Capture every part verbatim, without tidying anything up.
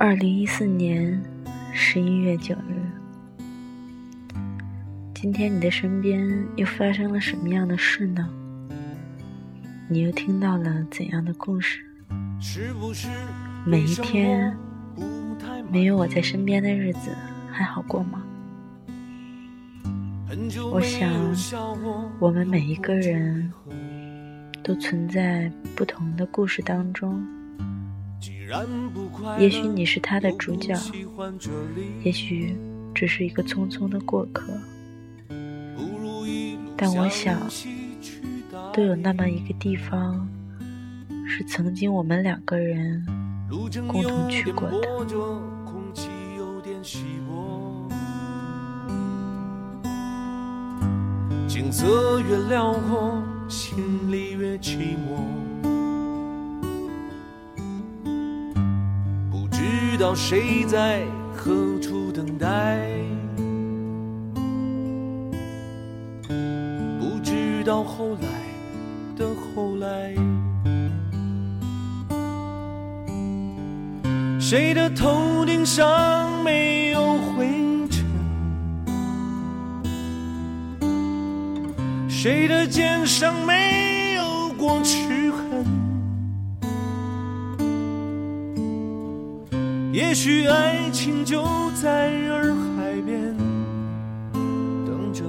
二零一四年十一月九日，今天你的身边又发生了什么样的事呢？你又听到了怎样的故事？每一天没有我在身边的日子还好过吗？我想我们每一个人都存在不同的故事当中，也许你是他的主角，也许只是一个匆匆的过客，但我想都有那么一个地方是曾经我们两个人共同去过的。 景色越辽阔，心里越寂寞，不知道谁在何处等待，不知道后来的后来，谁的头顶上没有灰尘，谁的肩上没有过齿痕，也许爱情就在洱海边等着，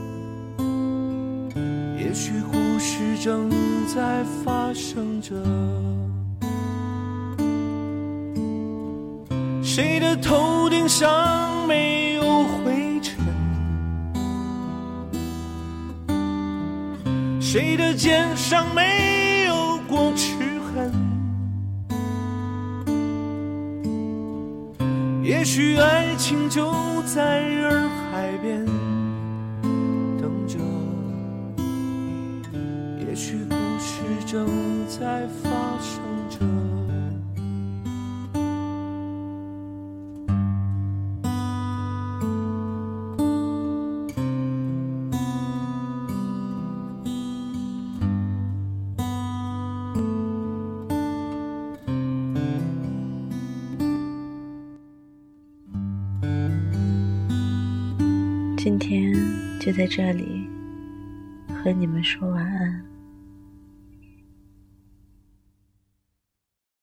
也许故事正在发生着，谁的头顶上没有灰尘，谁的肩上没有过齿痕，也许爱情就在洱海边等着，也许故事正在发生着。 今天就在这里和你们说晚安。